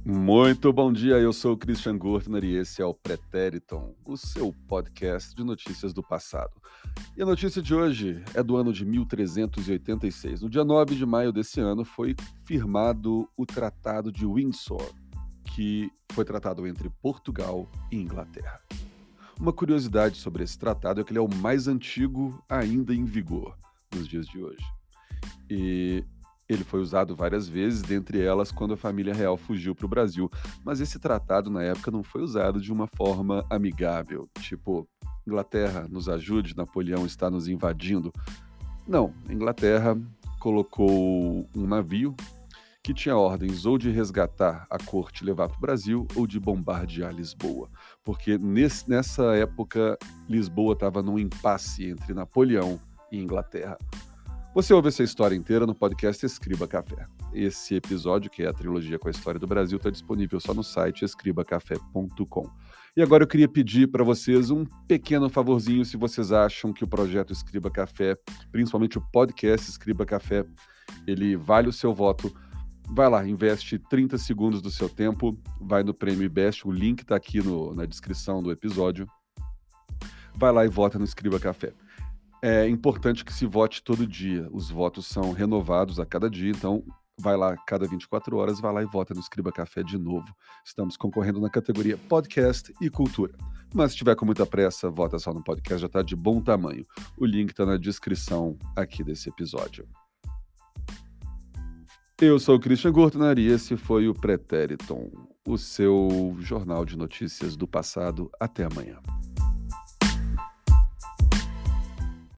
Muito bom dia, eu sou o Christian Gurtner e esse é o Pretériton, o seu podcast de notícias do passado. E a notícia de hoje é do ano de 1386. No dia 9 de maio desse ano foi firmado o Tratado de Windsor, que foi tratado entre Portugal e Inglaterra. Uma curiosidade sobre esse tratado é que ele é o mais antigo ainda em vigor nos dias de hoje. E ele foi usado várias vezes, dentre elas quando a família real fugiu para o Brasil. Mas esse tratado, na época, não foi usado de uma forma amigável, tipo, Inglaterra, nos ajude, Napoleão está nos invadindo. Não, a Inglaterra colocou um navio que tinha ordens ou de resgatar a corte e levar para o Brasil ou de bombardear Lisboa. Porque nessa época, Lisboa estava num impasse entre Napoleão e Inglaterra. Você ouve essa história inteira no podcast Escriba Café. Esse episódio, que é a trilogia com a história do Brasil, está disponível só no site escribacafé.com. E agora eu queria pedir para vocês um pequeno favorzinho, se vocês acham que o projeto Escriba Café, principalmente o podcast Escriba Café, ele vale o seu voto. Vai lá, investe 30 segundos do seu tempo, vai no Prêmio IBEST, o link está aqui na descrição do episódio. Vai lá e vota no Escriba Café. É importante que se vote todo dia. Os votos são renovados a cada dia, então vai lá, cada 24 horas, vai lá e vota no Escriba Café de novo. Estamos concorrendo na categoria Podcast e Cultura. Mas se tiver com muita pressa, vota só no podcast, já está de bom tamanho. O link está na descrição aqui desse episódio. Eu sou o Christian Gurtner e esse foi o Pretériton, o seu jornal de notícias do passado. Até amanhã.